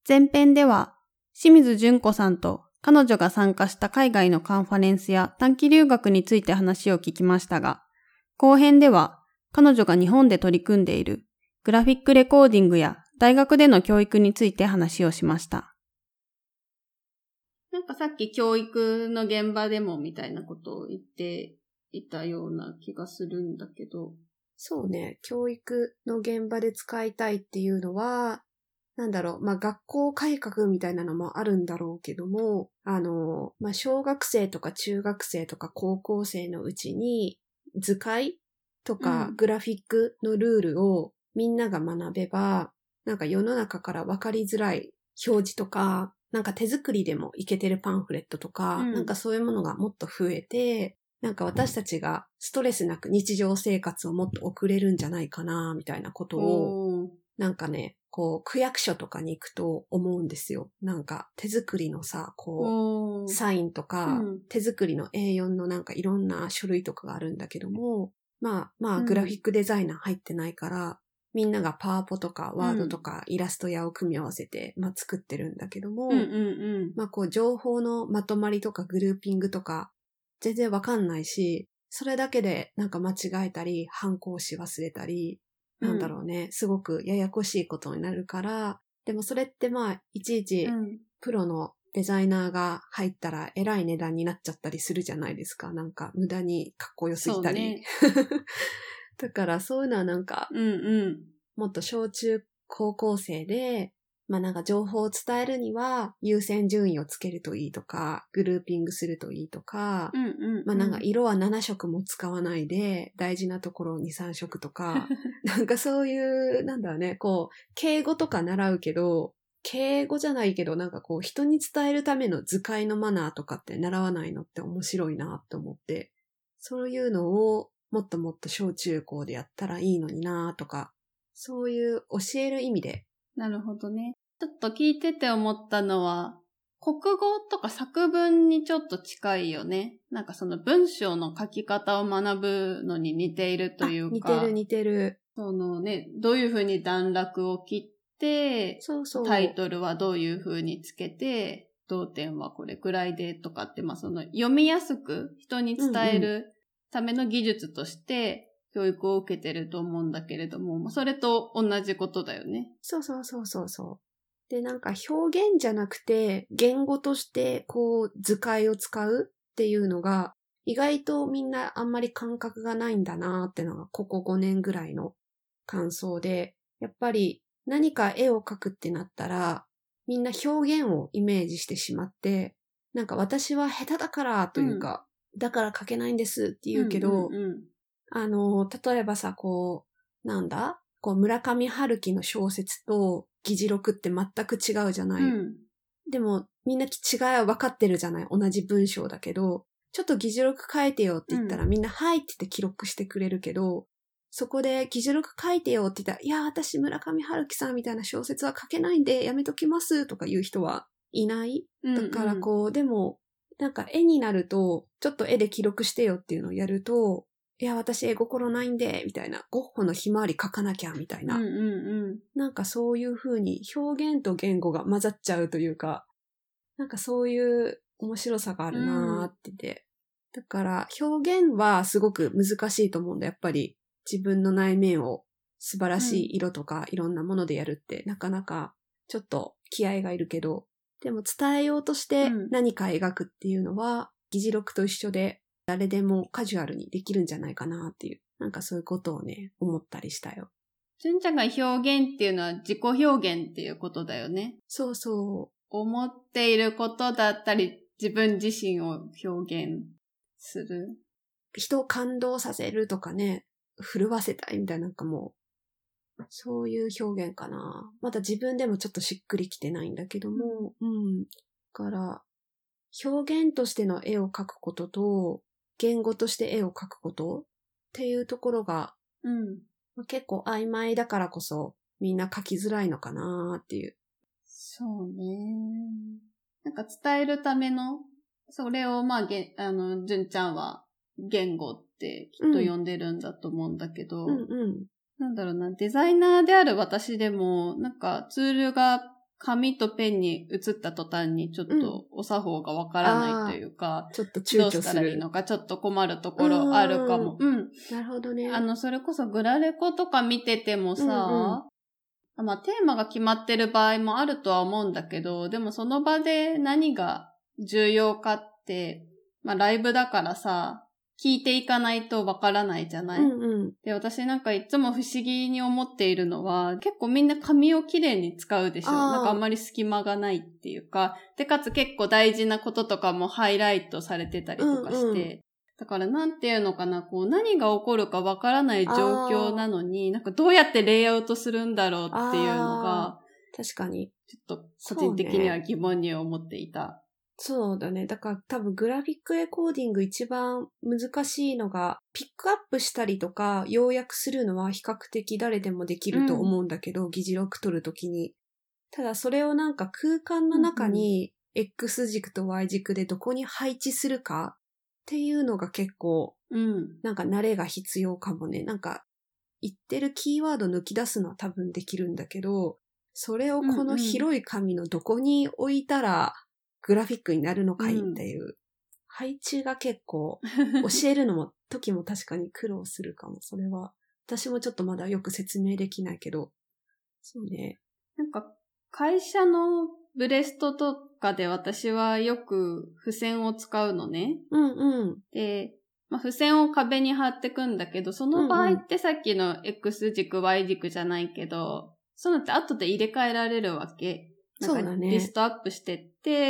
前編では清水純子さんと彼女が参加した海外のカンファレンスや短期留学について話を聞きましたが、後編では彼女が日本で取り組んでいるグラフィックレコーディングや大学での教育について話をしました。なんかさっき教育の現場でもみたいなことを言っていたような気がするんだけど。 そうね、教育の現場で使いたいっていうのは、学校改革みたいなのもあるんだろうけども、小学生とか中学生とか高校生のうちに図解とかグラフィックのルールをみんなが学べば、なんか世の中から分かりづらい表示とか、なんか手作りでもいけてるパンフレットとか、なんかそういうものがもっと増えて、なんか私たちがストレスなく日常生活をもっと送れるんじゃないかな、みたいなことを、なんかね、区役所とかに行くと思うんですよ。なんか手作りのさ、サインとか、手作りの A4 のなんかいろんな書類とかがあるんだけども、グラフィックデザイナー入ってないから、みんながパワポとかワードとかイラスト屋を組み合わせて、作ってるんだけども、情報のまとまりとかグルーピングとか、全然わかんないし、それだけでなんか間違えたり、反抗し忘れたり、すごくややこしいことになるから、でもそれっていちいちプロのデザイナーが入ったら偉い値段になっちゃったりするじゃないですか。なんか無駄にかっこよすぎたり。だからそういうのはなんか、もっと小中高校生で、情報を伝えるには優先順位をつけるといいとか、グルーピングするといいとか、色は7色も使わないで、大事なところを2、3色とか、なんかそういう、敬語とか習うけど、敬語じゃないけど、人に伝えるための図解のマナーとかって習わないのって面白いなって思って、そういうのをもっともっと小中高でやったらいいのになとか、そういう教える意味で。 なるほどね。ちょっと聞いてて思ったのは、国語とか作文にちょっと近いよね。なんかその文章の書き方を学ぶのに似ているというか。 似てる。 そのね、どういうふうに段落を切って、タイトルはどういうふうにつけて、同点はこれくらいでとかって、その読みやすく人に伝えるための技術として、教育を受けてると思うんだけれども、それと同じことだよね。 そう。で、なんか表現じゃなくて、言語として図解を使うっていうのが、意外とみんなあんまり感覚がないんだなってのが、ここ5年ぐらいの感想で、やっぱり何か絵を描くってなったら、みんな表現をイメージしてしまって、なんか私は下手だからというか、だから描けないんですって言うけど、例えばさ、村上春樹の小説と議事録って全く違うじゃない。でも、みんな違いは分かってるじゃない。同じ文章だけど、ちょっと議事録書いてよって言ったら、みんなはいって言って記録してくれるけど、そこで議事録書いてよって言ったら、いや、私村上春樹さんみたいな小説は書けないんでやめときますとか言う人はいない。だからでも、なんか絵になると、ちょっと絵で記録してよっていうのをやると、いや、私絵心ないんで、みたいな。ゴッホのひまわり描かなきゃ、みたいな。なんかそういう風に表現と言語が混ざっちゃうというか、なんかそういう面白さがあるなーってて。だから表現はすごく難しいと思うんだ。やっぱり自分の内面を素晴らしい色とかいろんなものでやるってなかなかちょっと気合がいるけど、でも伝えようとして何か描くっていうのは、議事録と一緒で誰でもカジュアルにできるんじゃないかなっていう、なんかそういうことをね、思ったりしたよ。 純ちゃんが表現っていうのは自己表現っていうことだよね。 そう。 思っていることだったり、自分自身を表現する。 人を感動させるとかね、震わせたいみたいな、なんかもう、そういう表現かな。まだ自分でもちょっとしっくりきてないんだけども、だから、表現としての絵を描くことと、言語として絵を描くことっていうところが、結構曖昧だからこそみんな描きづらいのかなっていう。 そうね。なんか伝えるための、それを純ちゃんは言語ってきっと呼んでるんだと思うんだけど、なんだろうな、デザイナーである私でも、なんかツールが紙とペンに移った途端にちょっとお作法がわからないというか、 ちょっと躊躇する。 どうしたらいいのかちょっと困るところあるかも。 なるほどね。 それこそグラレコとか見ててもさ、まあテーマが決まってる場合もあるとは思うんだけど、でもその場で何が重要かって、まあライブだからさ、聞いていかないとわからないじゃない、で、私なんかいつも不思議に思っているのは、結構みんな紙をきれいに使うでしょ。なんかあんまり隙間がないっていうか、で、かつ結構大事なこととかもハイライトされてたりとかして、だからなんていうのかな、こう何が起こるかわからない状況なのに、なんかどうやってレイアウトするんだろうっていうのが、 確かに。 ちょっと個人的には疑問に思っていた。 そうだね。だから多分グラフィックレコーディング一番難しいのが、ピックアップしたりとか要約するのは比較的誰でもできると思うんだけど、議事録取るときに。ただそれをなんか空間の中に X 軸と Y 軸でどこに配置するかっていうのが結構、なんか慣れが必要かもね。なんか言ってるキーワード抜き出すのは多分できるんだけど、それをこの広い紙のどこに置いたらグラフィックになるのかいっていう、配置が結構教えるのも時も確かに苦労するかも。それは私もちょっとまだよく説明できないけど、そうね。 なんか会社のブレストとかで私はよく付箋を使うのね。で、まあ、付箋を壁に貼ってくんだけど、その場合ってさっきの X 軸 Y 軸じゃないけど、そういうのって後で入れ替えられるわけ。なんかリストアップしてって、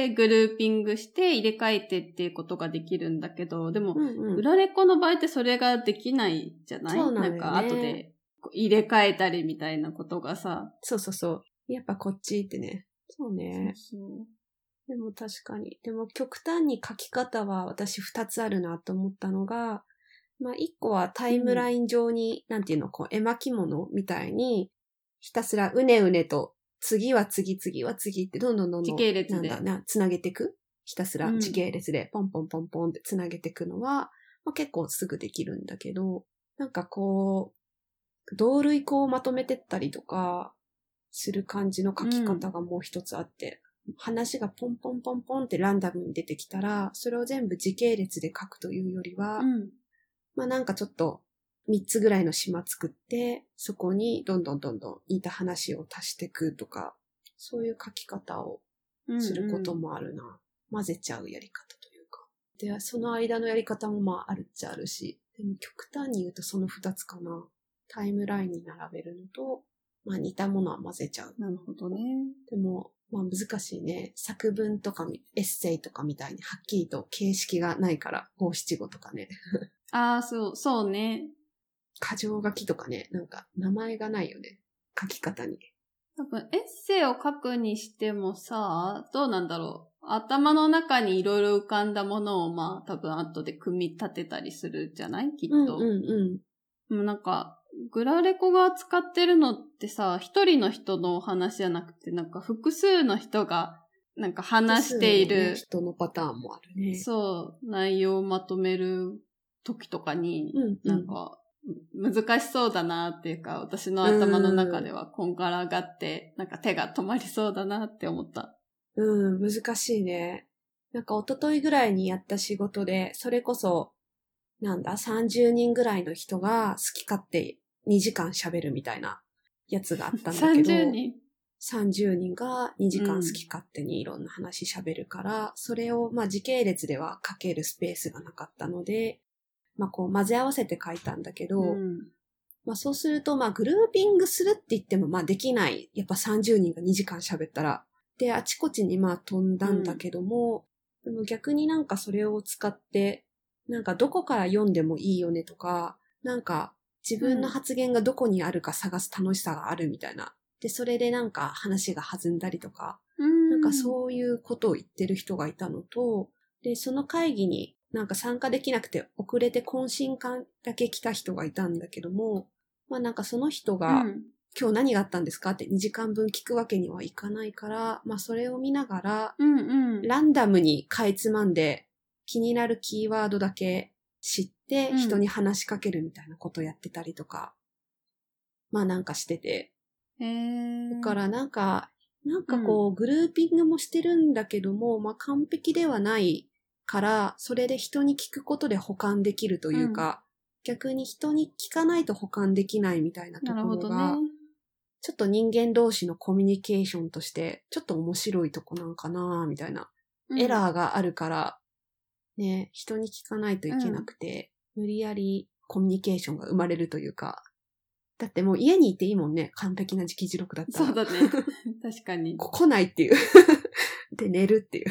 グルーピングして入れ替えてっていうことができるんだけど、でも、グラレコの場合ってそれができないじゃない？ そうなんだよね。 なんか後で入れ替えたりみたいなことがさ。 そう。やっぱこっちってね。そうね。でも確かに。でも極端に書き方は私2つあるなと思ったのが、まあ1個はタイムライン上に、なんていうの、こう絵巻物みたいに、ひたすらうねうねと、次は次ってどんどん時系列でつなげていく。ひたすら時系列でポンポンってつなげていくのは、まあ、結構すぐできるんだけど、なんかこう、同類項をまとめてったりとか、する感じの書き方がもう一つあって、話がポンポンってランダムに出てきたら、それを全部時系列で書くというよりは、まあなんかちょっと3つぐらいの島作って、そこにどんどん似た話を足していくとか、そういう書き方をすることもあるな。混ぜちゃうやり方というか。で、その間のやり方もまああるっちゃあるし、でも極端に言うとその2つかな。タイムラインに並べるのと、まあ似たものは混ぜちゃう。 なるほどね。 でも、まあ難しいね。作文とかエッセイとかみたいにはっきりと形式がないから、五七五とかね。 そうね。 箇条書きとかね、なんか名前がないよね。書き方に。 多分エッセイを書くにしてもさ、どうなんだろう。頭の中にいろいろ浮かんだものをまあ多分後で組み立てたりするじゃないきっと。でもなんか、グラレコが使ってるのってさ、一人の人のお話じゃなくて、なんか複数の人がなんか話している、 人のパターンもあるね。 そう、内容をまとめる時とかに、なんか難しそうだなっていうか、私の頭の中ではこんがらがって、なんか手が止まりそうだなって思った。 難しいね。なんか一昨日ぐらいにやった仕事で、それこそ、30人ぐらいの人が好き勝手2時間喋るみたいなやつがあったんだけど、30人が2時間好き勝手にいろんな話喋るから、それをまあ時系列では書けるスペースがなかったので、まあこう混ぜ合わせて書いたんだけど、まあそうするとまあグルーピングするって言ってもまあできない。やっぱ30人が2時間喋ったら。で、あちこちにまあ飛んだんだけども、でも逆になんかそれを使って、なんかどこから読んでもいいよねとか、なんか自分の発言がどこにあるか探す楽しさがあるみたいな。で、それでなんか話が弾んだりとか、なんかそういうことを言ってる人がいたのと、で、その会議になんか参加できなくて遅れて懇親会だけ来た人がいたんだけども、まあなんかその人が、今日何があったんですかって2時間分聞くわけにはいかないから、まあそれを見ながら、ランダムにかいつまんで気になるキーワードだけ知って人に話しかけるみたいなことをやってたりとか、まあなんかしてて。だからなんかなんかこう、グルーピングもしてるんだけども、まあ完璧ではないから、それで人に聞くことで補完できるというか、逆に人に聞かないと補完できないみたいなところが、ちょっと人間同士のコミュニケーションとして、ちょっと面白いとこなんかなみたいな。エラーがあるから、ね、人に聞かないといけなくて、無理やりコミュニケーションが生まれるというか、だってもう家にいていいもんね。完璧な議事録だったら。 そうだね。確かに。 来ないっていう。で、寝るっていう。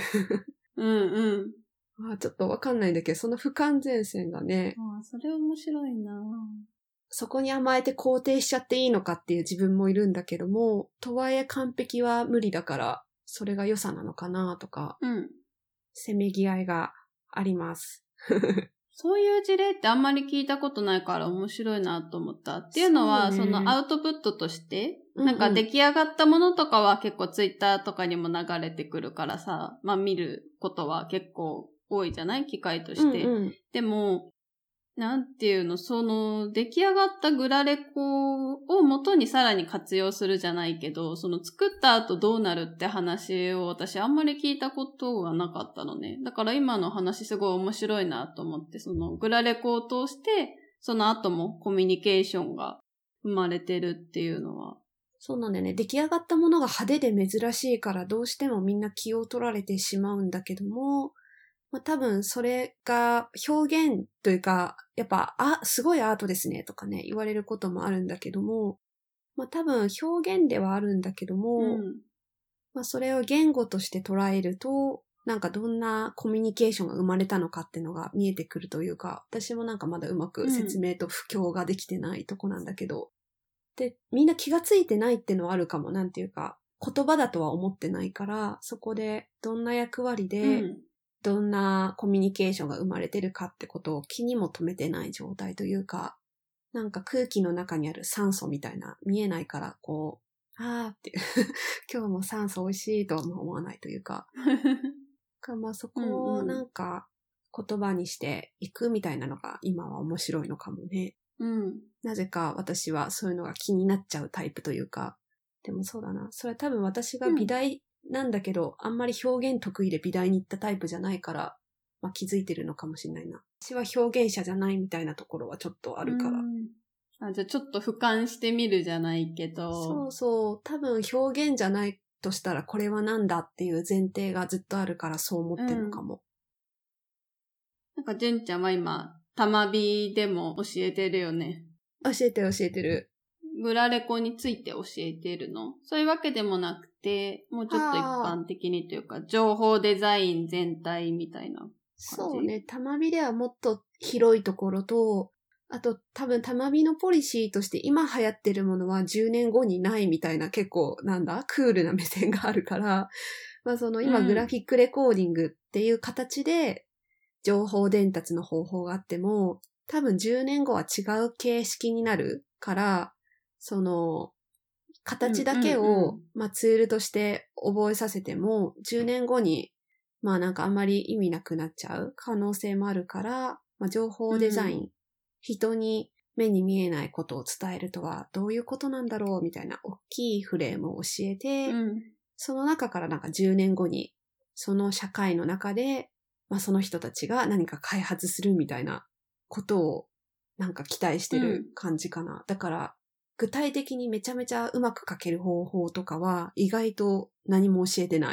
ちょっとわかんないんだけど、その不完全性がね。 それ面白いな。 そこに甘えて肯定しちゃっていいのかっていう自分もいるんだけども、とはいえ完璧は無理だから、それが良さなのかなとか、せめぎ合いがあります。 そういう事例ってあんまり聞いたことないから面白いなと思った。っていうのは、そのアウトプットとして、なんか出来上がったものとかは結構ツイッターとかにも流れてくるからさ、まあ見ることは結構多いじゃない？機会として。でも、なんていうの、その出来上がったグラレコを元にさらに活用するじゃないけど、その作った後どうなるって話を私あんまり聞いたことがなかったのね。だから今の話すごい面白いなと思って、そのグラレコを通して、その後もコミュニケーションが生まれてるっていうのは。 そうなんだよね。出来上がったものが派手で珍しいからどうしてもみんな気を取られてしまうんだけども、多分それが表現というか、やっぱ、すごいアートですねとかね、言われることもあるんだけども、多分表現ではあるんだけども、それを言語として捉えると、なんかどんなコミュニケーションが生まれたのかっていうのが見えてくるというか、私もなんかまだうまく説明と布教ができてないとこなんだけど、で、みんな気がついてないっていうのはあるかも、なんていうか、言葉だとは思ってないから、そこでどんな役割で、どんなコミュニケーションが生まれてるかってことを気にも留めてない状態というか、なんか空気の中にある酸素みたいな見えないから、こう、って今日も酸素美味しいとは思わないというか、そこをなんか言葉にしていくみたいなのが今は面白いのかもね。なぜか私はそういうのが気になっちゃうタイプというか、でもそうだな。それは多分私が美大なんだけど、あんまり表現得意で美大に行ったタイプじゃないから、気づいてるのかもしれないな。私は表現者じゃないみたいなところはちょっとあるから。 じゃあちょっと俯瞰してみるじゃないけど。 そうそう。多分表現じゃないとしたらこれはなんだっていう前提がずっとあるからそう思ってるのかも。 なんか純ちゃんは今、たまびでも教えてるよね。 教えてる。 グラレコについて教えてるの？そういうわけでもなくて、もうちょっと一般的にというか、情報デザイン全体みたいな感じ？ そうね。たまびではもっと広いところと、あと多分たまびのポリシーとして今流行ってるものは10年後にないみたいな結構クールな目線があるから、その今グラフィックレコーディングっていう形で情報伝達の方法があっても、多分10年後は違う形式になるから、その、形だけを、ツールとして覚えさせても、10年後に、なんかあんまり意味なくなっちゃう可能性もあるから、情報デザイン、人に目に見えないことを伝えるとはどういうことなんだろうみたいな大きいフレームを教えて、その中からなんか10年後に、その社会の中で、その人たちが何か開発するみたいなことをなんか期待してる感じかな。だから、具体的にめちゃめちゃうまく書ける方法とかは意外と何も教えてない。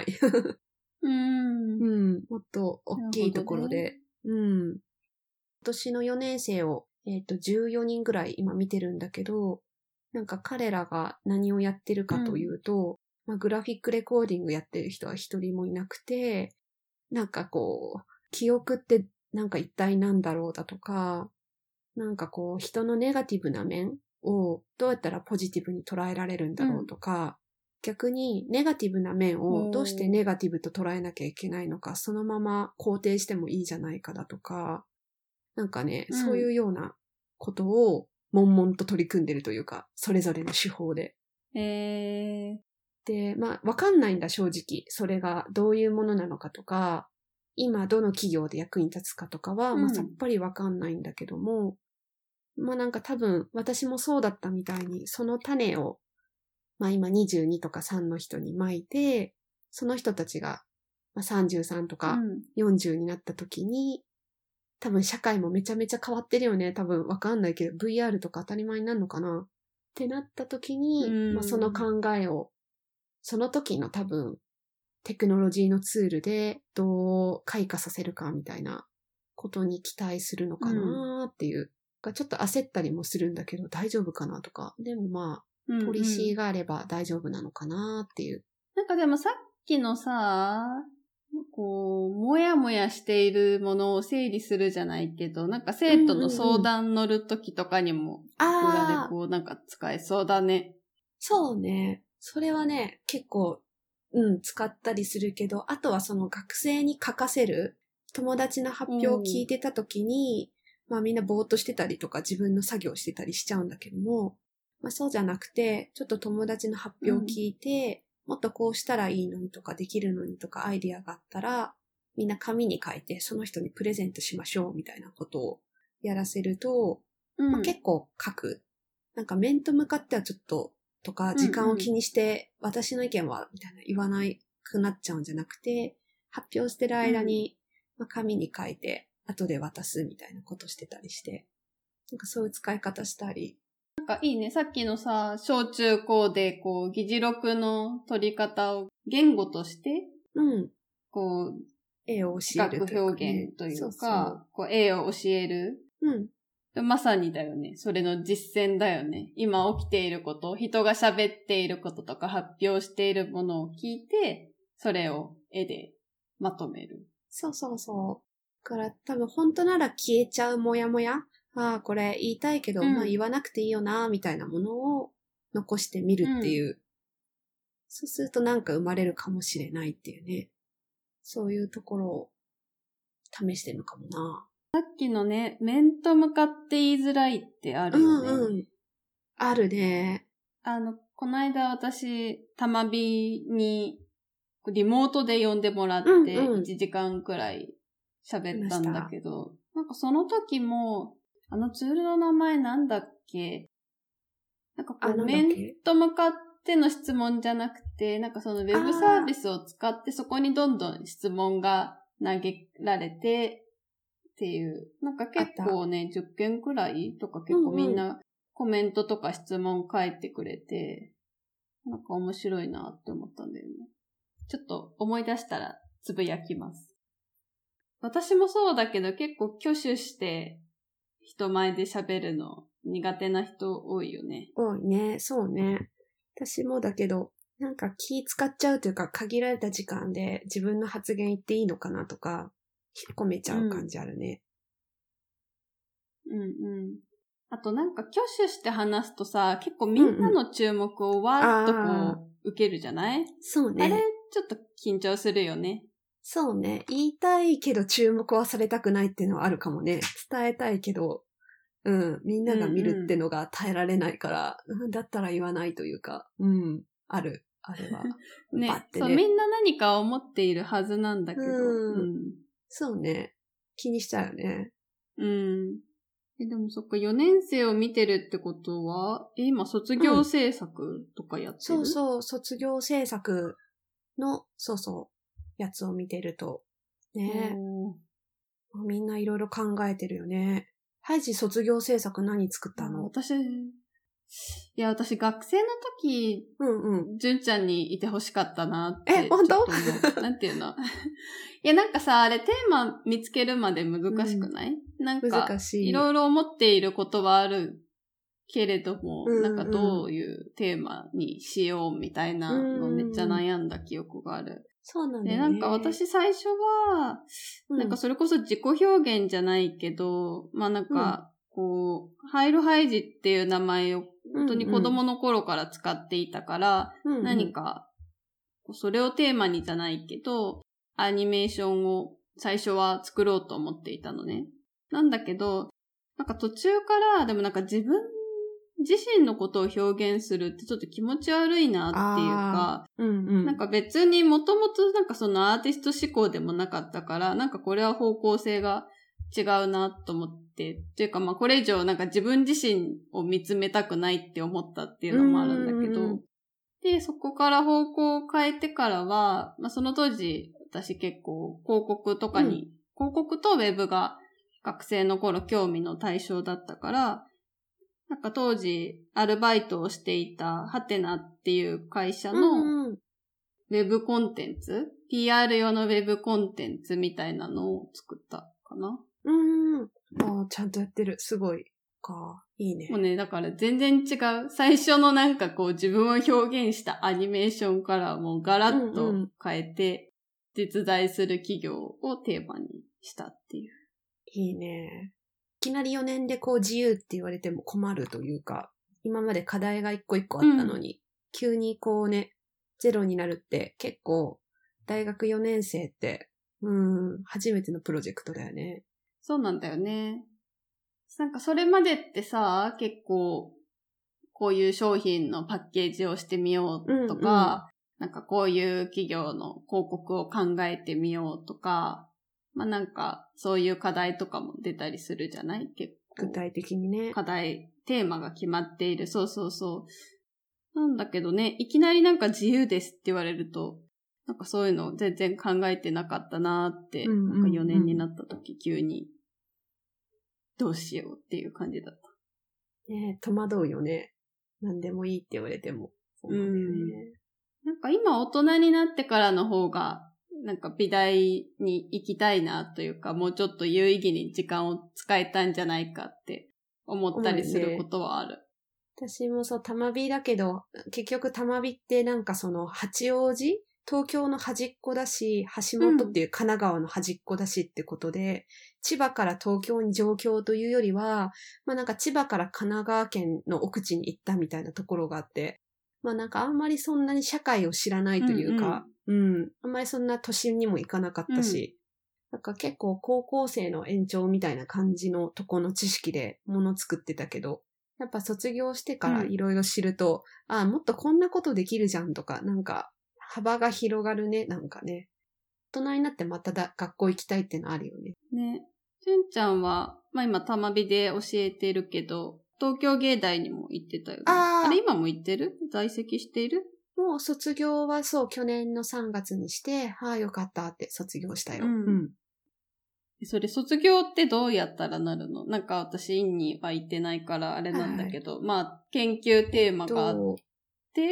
もっと大きいところで。今年の4年生を、14人ぐらい今見てるんだけど、なんか彼らが何をやってるかというと、グラフィックレコーディングやってる人は一人もいなくて、なんかこう、記憶ってなんか一体なんだろうだとか、なんかこう、人のネガティブな面をどうやったらポジティブに捉えられるんだろうとか、逆にネガティブな面をどうしてネガティブと捉えなきゃいけないのか、そのまま肯定してもいいじゃないかだとか、なんかね、そういうようなことを悶々と取り組んでるというか、それぞれの手法で。で、わかんないんだ、正直。それがどういうものなのかとか、今どの企業で役に立つかとかは、さっぱりわかんないんだけども、なんか多分私もそうだったみたいに、その種をまあ今22とか3の人に巻いて、その人たちが33とか40になった時に、多分社会もめちゃめちゃ変わってるよね。多分わかんないけど、VR とか当たり前になるのかなってなった時に、まあその考えを、その時の多分、テクノロジーのツールでどう開花させるかみたいなことに期待するのかなっていう。ちょっと焦ったりもするんだけど大丈夫かなとか。でもまあ、ポリシーがあれば大丈夫なのかなっていう。 なんかでもさっきのさ、こう、もやもやしているものを整理するじゃないけど、なんか生徒の相談乗るときとかにも、裏でこうなんか使えそうだね。 そうね。それはね、結構、使ったりするけど、あとはその学生に書かせる、友達の発表を聞いてたときに、まあみんなぼーっとしてたりとか自分の作業してたりしちゃうんだけども、まあそうじゃなくて、ちょっと友達の発表を聞いて、もっとこうしたらいいのにとかできるのにとかアイディアがあったら、みんな紙に書いてその人にプレゼントしましょうみたいなことをやらせると、まあ、結構書く。なんか面と向かってはちょっととか時間を気にして私の意見はみたいな言わなくなっちゃうんじゃなくて、発表してる間に、まあ、紙に書いて後で渡すみたいなことしてたりして、なんかそういう使い方したり。 なんかいいね。さっきのさ、小中高でこう議事録の取り方を言語として、こう、 絵を教えるというか、ね。 視覚表現というか、こう絵を教える。まさにだよね。それの実践だよね。今起きていること、人が喋っていることとか発表しているものを聞いて、それを絵でまとめる。 そう。だから多分本当なら消えちゃうモヤモヤ。ああ、これ言いたいけど、まあ言わなくていいよな、みたいなものを残してみるっていう。そうするとなんか生まれるかもしれないっていうね。そういうところを試してるのかもな。 さっきのね、面と向かって言いづらいってあるよね。 あるね。 この間私、たまびにリモートで呼んでもらって1時間くらい喋ったんだけど、なんかその時も、ツールの名前なんだっけ？なんかこう、面と向かっての質問じゃなくて、なんかそのウェブサービスを使ってそこにどんどん質問が投げられてっていう、なんか結構ね、10件くらいとか結構みんなコメントとか質問書いてくれて、なんか面白いなって思ったんだよね。ちょっと思い出したらつぶやきます。私もそうだけど結構挙手して人前で喋るの苦手な人多いよね。 多いね。そうね。私もだけど、なんか気使っちゃうというか限られた時間で自分の発言言っていいのかなとか、引っ込めちゃう感じあるね。 あとなんか挙手して話すとさ、結構みんなの注目をわーっとこう受けるじゃない？ そうね。 あれちょっと緊張するよね。 そうね。言いたいけど注目はされたくないっていうのはあるかもね。伝えたいけど、みんなが見るってのが耐えられないから、だったら言わないというか、あるわ。 ね、そう、みんな何か思っているはずなんだけど。 そうね。気にしちゃうよね。 でもそっか、4年生を見てるってことは、今卒業制作とかやってる？ そう、卒業制作の、やつを見てると。ね。みんないろいろ考えてるよね。ハイジ卒業制作何作ったの？ 私学生の時、純ちゃんにいてほしかったなって。 本当？ なんていうの？いや、なんかさ、あれテーマ見つけるまで難しくない？なんか、 難しい。 いろいろ思っていることはあるけれども、なんかどういうテーマにしようみたいなのめっちゃ悩んだ記憶がある。 そうなんだよね。 なんか私最初は、なんかそれこそ自己表現じゃないけど、まあなんか、こう、ハイルハイジっていう名前を本当に子供の頃から使っていたから、何か、それをテーマにじゃないけど、アニメーションを最初は作ろうと思っていたのね。なんだけど、なんか途中から、でもなんか自分自身のことを表現するってちょっと気持ち悪いなっていうか、なんか別にもともとなんかそのアーティスト思考でもなかったから、なんかこれは方向性が違うなと思って、っていうかまあこれ以上なんか自分自身を見つめたくないって思ったっていうのもあるんだけど、 で、そこから方向を変えてからは、その当時、私結構広告とかに、広告とウェブが学生の頃興味の対象だったから、なんか当時アルバイトをしていたハテナっていう会社のウェブコンテンツ、PR 用のウェブコンテンツみたいなのを作ったかな。 ちゃんとやってる。すごい。いいね。 もうね、だから全然違う。最初のなんかこう自分を表現したアニメーションからもうガラッと変えて、実在する企業をテーマにしたっていう。 いいね。いきなり4年でこう自由って言われても困るというか、今まで課題が一個一個あったのに、急にこうね、ゼロになるって結構、大学4年生って、初めてのプロジェクトだよね。 そうなんだよね。なんかそれまでってさ、結構、こういう商品のパッケージをしてみようとか、なんかこういう企業の広告を考えてみようとか、なんかそういう課題とかも出たりするじゃない？結構。 具体的にね。 課題、テーマが決まっている。そうそうそう。なんだけどね、いきなりなんか自由ですって言われると、なんかそういうの全然考えてなかったなーって、なんか4年になった時急に。どうしようっていう感じだった。 ねえ、戸惑うよね。何でもいいって言われても。そうなんだよね。 なんか今大人になってからの方が、なんか美大に行きたいなというか、もうちょっと有意義に時間を使えたんじゃないかって思ったりすることはある。 私もそう、玉美だけど、結局玉美ってなんかその八王子？東京の端っこだし、橋本っていう神奈川の端っこだしってことで、千葉から東京に上京というよりは、なんか千葉から神奈川県の奥地に行ったみたいなところがあって、なんかあんまりそんなに社会を知らないというか、あんまりそんな都心にも行かなかったし、なんか結構高校生の延長みたいな感じのとこの知識でもの作ってたけど、やっぱ卒業してからいろいろ知ると、もっとこんなことできるじゃんとか、なんか幅が広がるね、なんかね。大人になってまた学校行きたいってのあるよね。 ね。純ちゃんは、今玉美で教えてるけど、東京芸大にも行ってたよね。あれ今も行ってる？在籍している？ もう卒業はそう、去年の3月にして、よかったって卒業したよ。 それ卒業ってどうやったらなるの？なんか私院には行ってないからあれなんだけど、研究テーマがあって、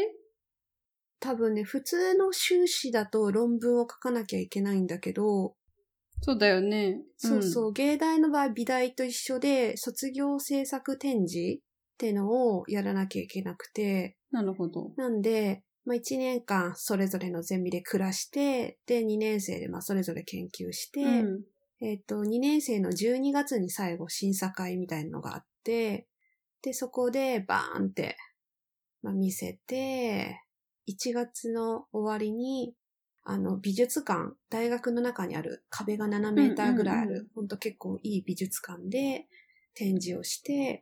多分ね、普通の修士だと論文を書かなきゃいけないんだけど、 そうだよね。 そうそう、芸大の場合美大と一緒で、卒業制作展示ってのをやらなきゃいけなくて。 なるほど。 なんで、1年間それぞれのゼミで暮らして、で、2年生でそれぞれ研究して、2年生の12月に最後審査会みたいなのがあって、で、そこでバーンって、見せて、1月の終わりに、美術館、大学の中にある壁が7メーターぐらいある、ほんと結構いい美術館で展示をして、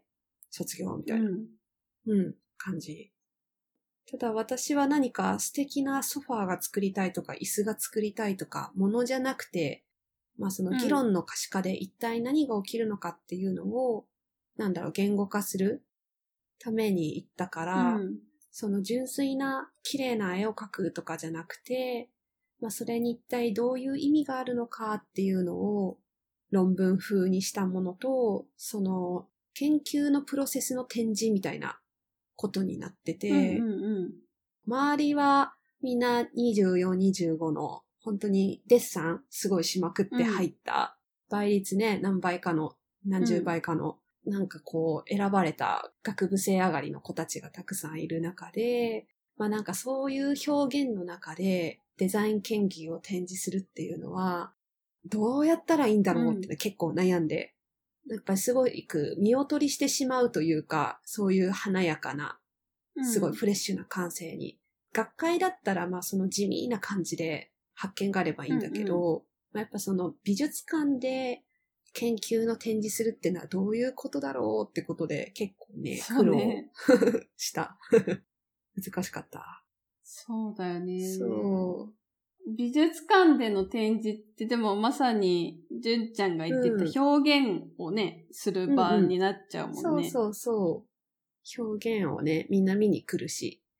卒業みたいな、感じ。ただ私は何か素敵なソファーが作りたいとか、椅子が作りたいとか、ものじゃなくて、その議論の可視化で一体何が起きるのかっていうのを、言語化するために行ったから、その純粋な綺麗な絵を描くとかじゃなくて、それに一体どういう意味があるのかっていうのを論文風にしたものと、その研究のプロセスの展示みたいなことになってて、周りはみんな24、25の本当にデッサンすごいしまくって入った、倍率ね、何倍かの、何十倍かの、なんかこう選ばれた学部生上がりの子たちがたくさんいる中で、なんかそういう表現の中でデザイン研究を展示するっていうのは、どうやったらいいんだろうって結構悩んで、やっぱりすごく見劣りしてしまうというか、そういう華やかな、すごいフレッシュな感性に。学会だったらその地味な感じで発見があればいいんだけど、やっぱその美術館で研究の展示するってのはどういうことだろうってことで結構ね、苦労した。難しかった。 そうだよね。 そう。 美術館での展示ってでもまさに純ちゃんが言ってた表現をね、する場になっちゃうもんね。 そう。表現をね、みんな見に来るし。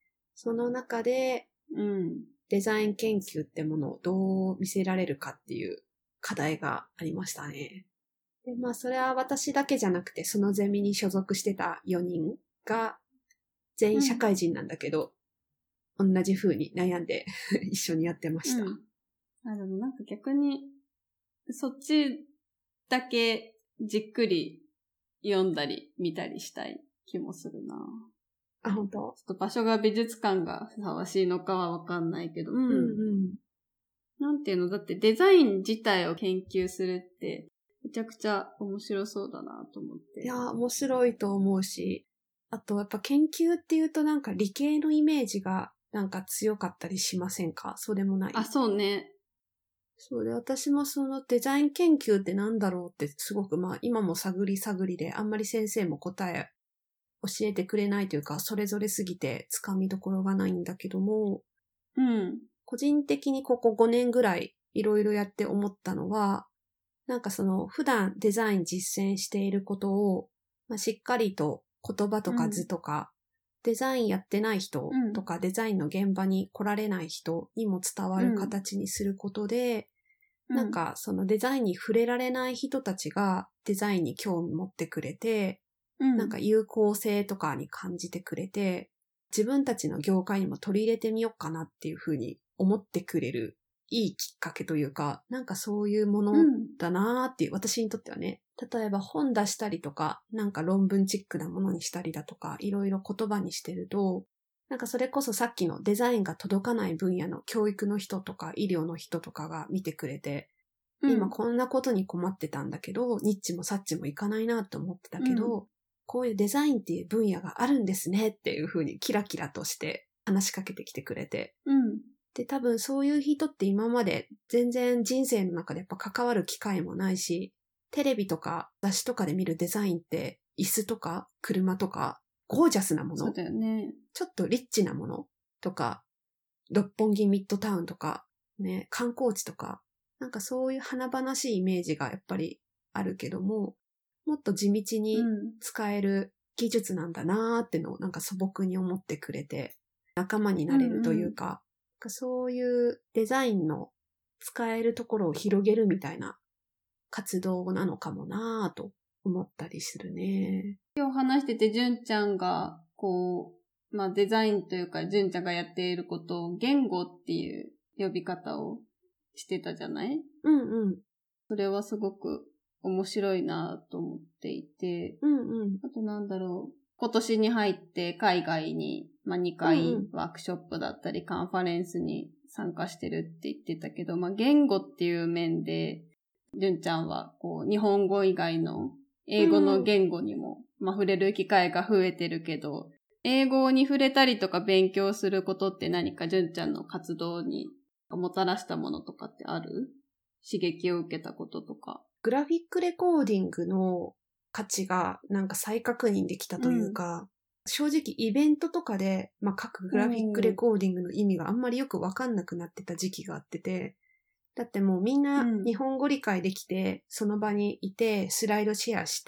その中で、デザイン研究ってものをどう見せられるかっていう課題がありましたね。で、まあそれは私だけじゃなくて、そのゼミに所属してた4人が全員社会人なんだけど、同じ風に悩んで一緒にやってました。 でもなんか逆に、そっちだけじっくり読んだり見たりしたい気もするな。 あ、本当？ ちょっと場所が美術館がふさわしいのかはわかんないけど、なんていうの、だってデザイン自体を研究するってめちゃくちゃ面白そうだなと思って。 いや、面白いと思うし、あとやっぱ研究っていうとなんか理系のイメージがなんか強かったりしませんか？そうでもない？ あ、そうね。 そうで、私もそのデザイン研究ってなんだろうってすごくまあ今も探り探りであんまり先生も答え教えてくれないというかそれぞれすぎてつかみどころがないんだけども、個人的にここ5年ぐらいいろいろやって思ったのは、なんかその普段デザイン実践していることを、まあ、しっかりと言葉とか図とか、デザインやってない人とか、デザインの現場に来られない人にも伝わる形にすることで、なんかそのデザインに触れられない人たちがデザインに興味持ってくれて、なんか有効性とかに感じてくれて、自分たちの業界にも取り入れてみようかなっていうふうに思ってくれるいいきっかけというか、なんかそういうものだなーっていう、私にとってはね、例えば本出したりとか、なんか論文チックなものにしたりだとか、いろいろ言葉にしてると、なんかそれこそさっきのデザインが届かない分野の教育の人とか医療の人とかが見てくれて、今こんなことに困ってたんだけど、ニッチもサッチもいかないなと思ってたけど、こういうデザインっていう分野があるんですねっていうふうにキラキラとして話しかけてきてくれて、で、多分そういう人って今まで全然人生の中でやっぱ関わる機会もないし、テレビとか雑誌とかで見るデザインって椅子とか車とかゴージャスなもの、 そうだよね。 ちょっとリッチなものとか、六本木ミッドタウンとか、ね、観光地とか、なんかそういう華々しいイメージがやっぱりあるけども、もっと地道に使える技術なんだなーってのをなんか素朴に思ってくれて、仲間になれるというか、そういうデザインの使えるところを広げるみたいな活動なのかもなぁと思ったりするね。 今日話してて、純ちゃんがこう、まあデザインというか純ちゃんがやっていることを言語っていう呼び方をしてたじゃない？それはすごく面白いなと思っていて、あとなんだろう、今年に入って海外に、まあ、2回ワークショップだったりカンファレンスに参加してるって言ってたけど、まあ、言語っていう面で、純ちゃんはこう日本語以外の英語の言語にも、まあ、触れる機会が増えてるけど、英語に触れたりとか勉強することって何か純ちゃんの活動にもたらしたものとかってある？刺激を受けたこととか。 グラフィックレコーディングの価値がなんか再確認できたというか、正直イベントとかで、まあ、各グラフィックレコーディングの意味があんまりよくわかんなくなってた時期があってて、だってもうみんな日本語理解できて、その場にいて、スライドシェアして、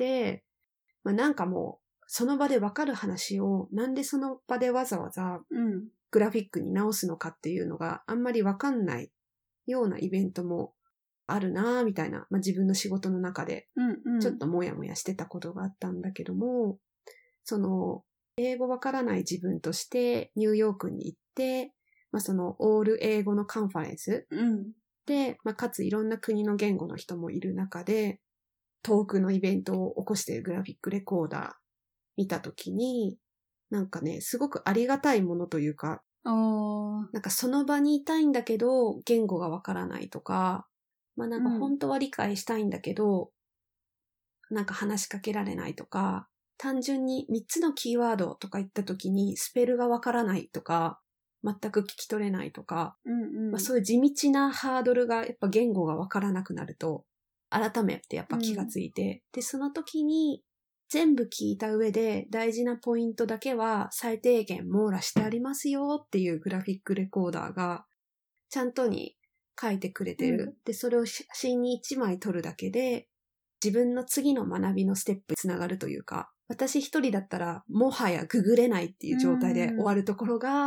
まあ、なんかもう、その場でわかる話を、なんでその場でわざわざグラフィックに直すのかっていうのがあんまりわかんないようなイベントもあるなぁみたいな、まあ、自分の仕事の中でちょっともやもやしてたことがあったんだけども、その英語わからない自分としてニューヨークに行って、まあ、そのオール英語のカンファレンスで、まあ、かついろんな国の言語の人もいる中で遠くのイベントを起こしているグラフィックレコーダー見たときに、なんかね、すごくありがたいものというか、なんかその場にいたいんだけど言語がわからないとか、まあなんか本当は理解したいんだけど、なんか話しかけられないとか、単純に3つのキーワードとか言った時にスペルがわからないとか、全く聞き取れないとか、まあ、そういう地道なハードルがやっぱ言語がわからなくなると、改めてやっぱ気がついて、で、その時に全部聞いた上で大事なポイントだけは最低限網羅してありますよっていうグラフィックレコーダーがちゃんとに書いてくれてる。で、それを写真に1枚撮るだけで、自分の次の学びのステップにつながるというか、私一人だったらもはやググれないっていう状態で終わるところが、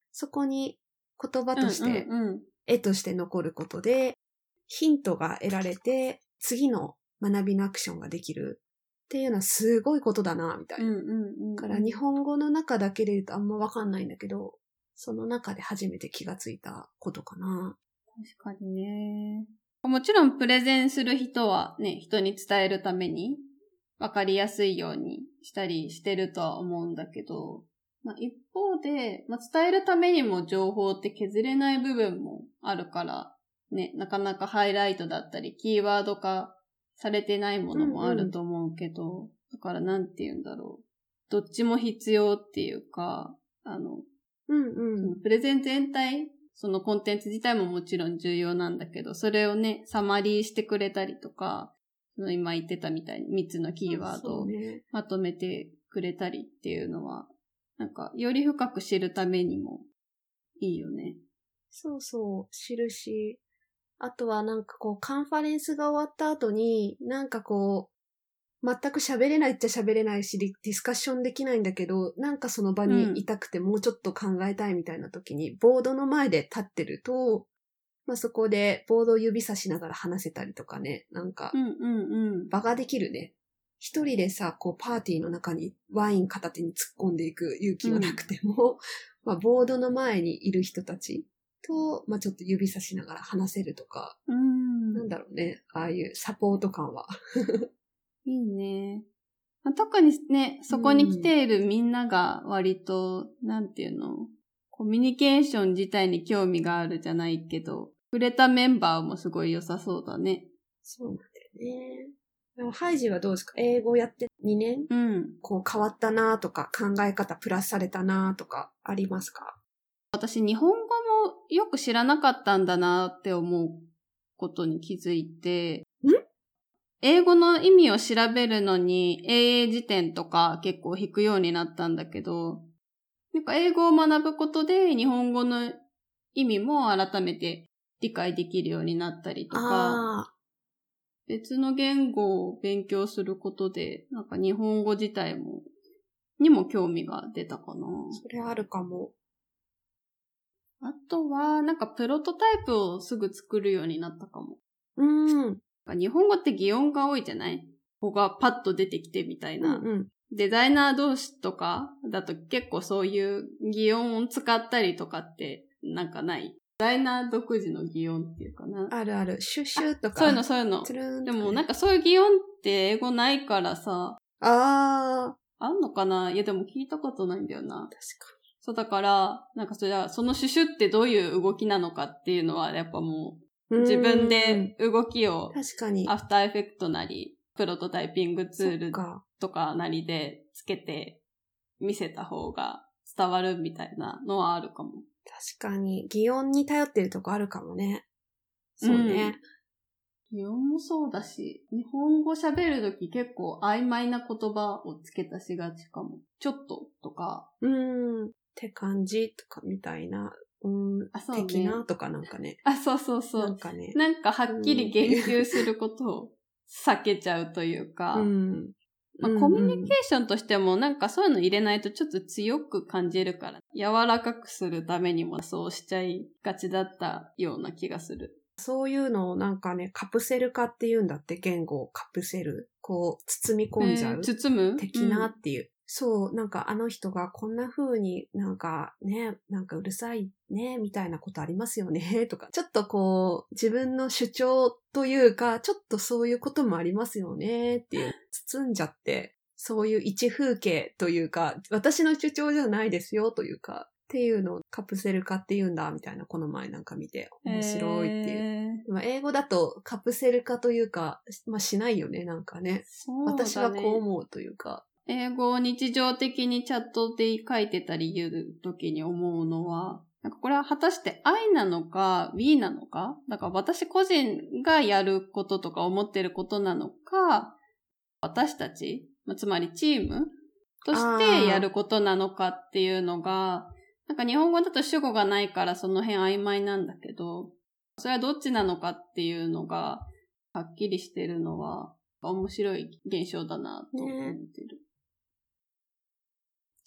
そこに言葉として、絵として残ることで、ヒントが得られて、次の学びのアクションができるっていうのはすごいことだな、みたいな。だから日本語の中だけで言うとあんまわかんないんだけど、その中で初めて気がついたことかな。 確かにね。もちろんプレゼンする人はね、人に伝えるためにわかりやすいようにしたりしてるとは思うんだけど、一方で、伝えるためにも情報って削れない部分もあるから、ね、なかなかハイライトだったり、キーワード化されてないものもあると思うけど、だからなんて言うんだろう。どっちも必要っていうか、そのプレゼン全体、そのコンテンツ自体ももちろん重要なんだけど、それをね、サマリーしてくれたりとか、今言ってたみたいに3つのキーワードをまとめてくれたりっていうのは、なんか、より深く知るためにもいいよね。 そうそう、知るし、あとはなんかこう、カンファレンスが終わった後に、なんかこう、全く喋れないっちゃ喋れないし、ディスカッションできないんだけど、なんかその場にいたくてもうちょっと考えたいみたいな時に、ボードの前で立ってると、そこでボードを指さしながら話せたりとかね、なんか、場ができるね。一人でさ、こうパーティーの中にワイン片手に突っ込んでいく勇気はなくても、ボードの前にいる人たちと、ちょっと指さしながら話せるとか、なんだろうね、ああいうサポート感は。 いいね。特にね、そこに来ているみんなが割と、なんていうの、コミュニケーション自体に興味があるじゃないけど、触れたメンバーもすごい良さそうだね。 そうなんだよね。でもハイジはどうですか？英語やって2年？こう変わったなとか、考え方プラスされたなとかありますか？ 私日本語もよく知らなかったんだなって思うことに気づいて、英語の意味を調べるのに英英辞典とか結構引くようになったんだけど、なんか英語を学ぶことで日本語の意味も改めて理解できるようになったりとか、別の言語を勉強することで、なんか日本語自体にも興味が出たかな。 それあるかも。 あとは、なんかプロトタイプをすぐ作るようになったかも。日本語って擬音が多いじゃない？ここがパッと出てきてみたいな。デザイナー同士とかだと結構そういう擬音を使ったりとかってなんかない？デザイナー独自の擬音っていうかな。 あるある。シュシュとか。 そういうの。でもなんかそういう擬音って英語ないからさ。あんのかな？いやでも聞いたことないんだよな。 確かに。 そうだから、なんかそのシュシュってどういう動きなのかっていうのはやっぱもう自分で動きを確かにアフターエフェクトなり、プロトタイピングツールとかなりでつけて見せた方が伝わるみたいなのはあるかも。 確かに。擬音に頼ってるとこあるかもね。そうね。 擬音もそうだし、日本語喋るとき結構曖昧な言葉をつけ足しがちかも。ちょっととか。 って感じとかみたいな。そうね、的なとかなんかね。 そう。なんかはっきり言及することを避けちゃうというか。コミュニケーションとしてもなんかそういうの入れないとちょっと強く感じるから、柔らかくするためにもそうしちゃいがちだったような気がする。 そういうのをなんかね、カプセル化って言うんだって、言語をカプセル。こう、包み込んじゃう。 包む？ 的なっていう。そう、なんかあの人がこんな風になんかね、なんかうるさいね、みたいなことありますよね、とか。ちょっとこう、自分の主張というか、ちょっとそういうこともありますよね、っていう。包んじゃって、そういう一風景というか、私の主張じゃないですよ、というか。っていうのをカプセル化って言うんだ、みたいな、この前なんか見て、面白いっていう。英語だとカプセル化というか、しないよね、なんかね。 そうだね。 私はこう思うというか。 英語を日常的にチャットで書いてたり言うときに思うのは、なんかこれは果たして I なのか We なのか？だから私個人がやることとか思ってることなのか、私たち、つまりチームとしてやることなのかっていうのが、なんか日本語だと主語がないからその辺曖昧なんだけど、それはどっちなのかっていうのがはっきりしてるのは面白い現象だなと思ってる。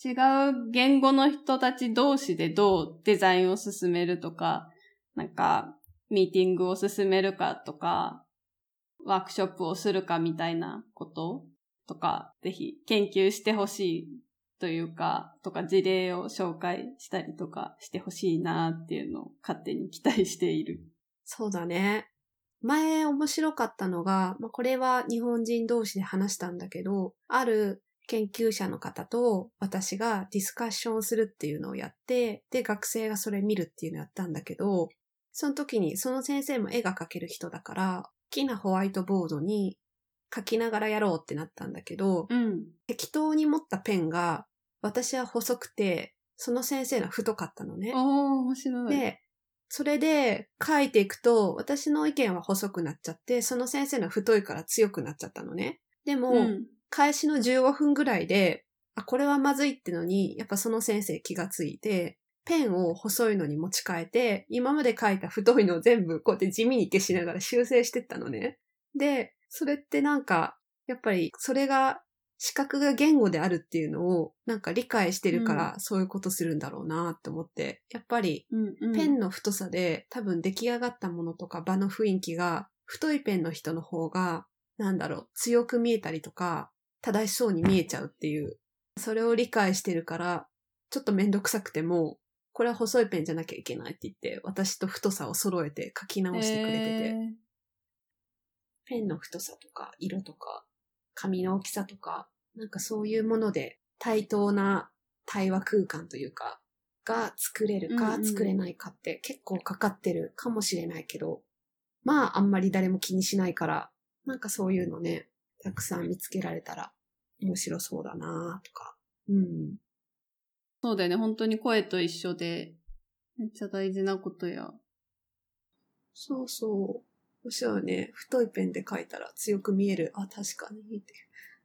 違う言語の人たち同士でどうデザインを進めるとか、なんか、ミーティングを進めるかとか、ワークショップをするかみたいなこととか、ぜひ研究してほしいというか、とか事例を紹介したりとかしてほしいなっていうのを勝手に期待している。 そうだね。前面白かったのが、これは日本人同士で話したんだけど、ある研究者の方と私がディスカッションするっていうのをやって、で、学生がそれ見るっていうのをやったんだけど、その時にその先生も絵が描ける人だから、大きなホワイトボードに描きながらやろうってなったんだけど、適当に持ったペンが、私は細くて、その先生の太かったのね。 面白い。 で、それで書いていくと、私の意見は細くなっちゃって、その先生の太いから強くなっちゃったのね。でも、開始の15分ぐらいで、これはまずいってのに、やっぱその先生気がついて、ペンを細いのに持ち替えて、今まで書いた太いのを全部こうやって地味に消しながら修正してったのね。で、それってなんか、やっぱりそれが視覚が言語であるっていうのをなんか理解してるからそういうことするんだろうなって思って、やっぱりペンの太さで多分出来上がったものとか場の雰囲気が太いペンの人の方が強く見えたりとか正しそうに見えちゃうっていう、それを理解してるからちょっとめんどくさくてもこれは細いペンじゃなきゃいけないって言って私と太さを揃えて書き直してくれてて、ペンの太さとか色とか紙の大きさとか、なんかそういうもので対等な対話空間というか、が作れるか作れないかって結構かかってるかもしれないけど、あんまり誰も気にしないから、なんかそういうのね、たくさん見つけられたら面白そうだなとか。 そうだよね。本当に声と一緒で、めっちゃ大事なことや。 そうそう。面白いね。太いペンで書いたら強く見える。確かに。って。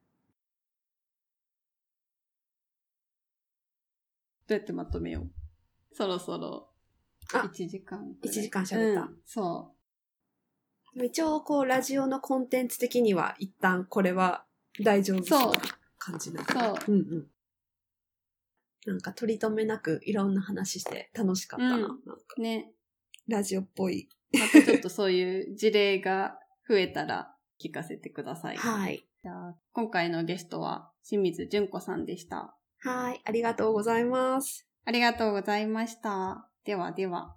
どうやってまとめよう。そろそろ1時間。 1時間喋った。 そう。 一応ラジオのコンテンツ的には一旦これは大丈夫そうな感じなの。そう。なんか取り留めなくいろんな話して楽しかったな。なんかね。 ラジオっぽい。 またちょっとそういう事例が増えたら聞かせてください。 はい。 じゃあ、今回のゲストは清水純子さんでした。 はい。ありがとうございます。 ありがとうございました。ではでは。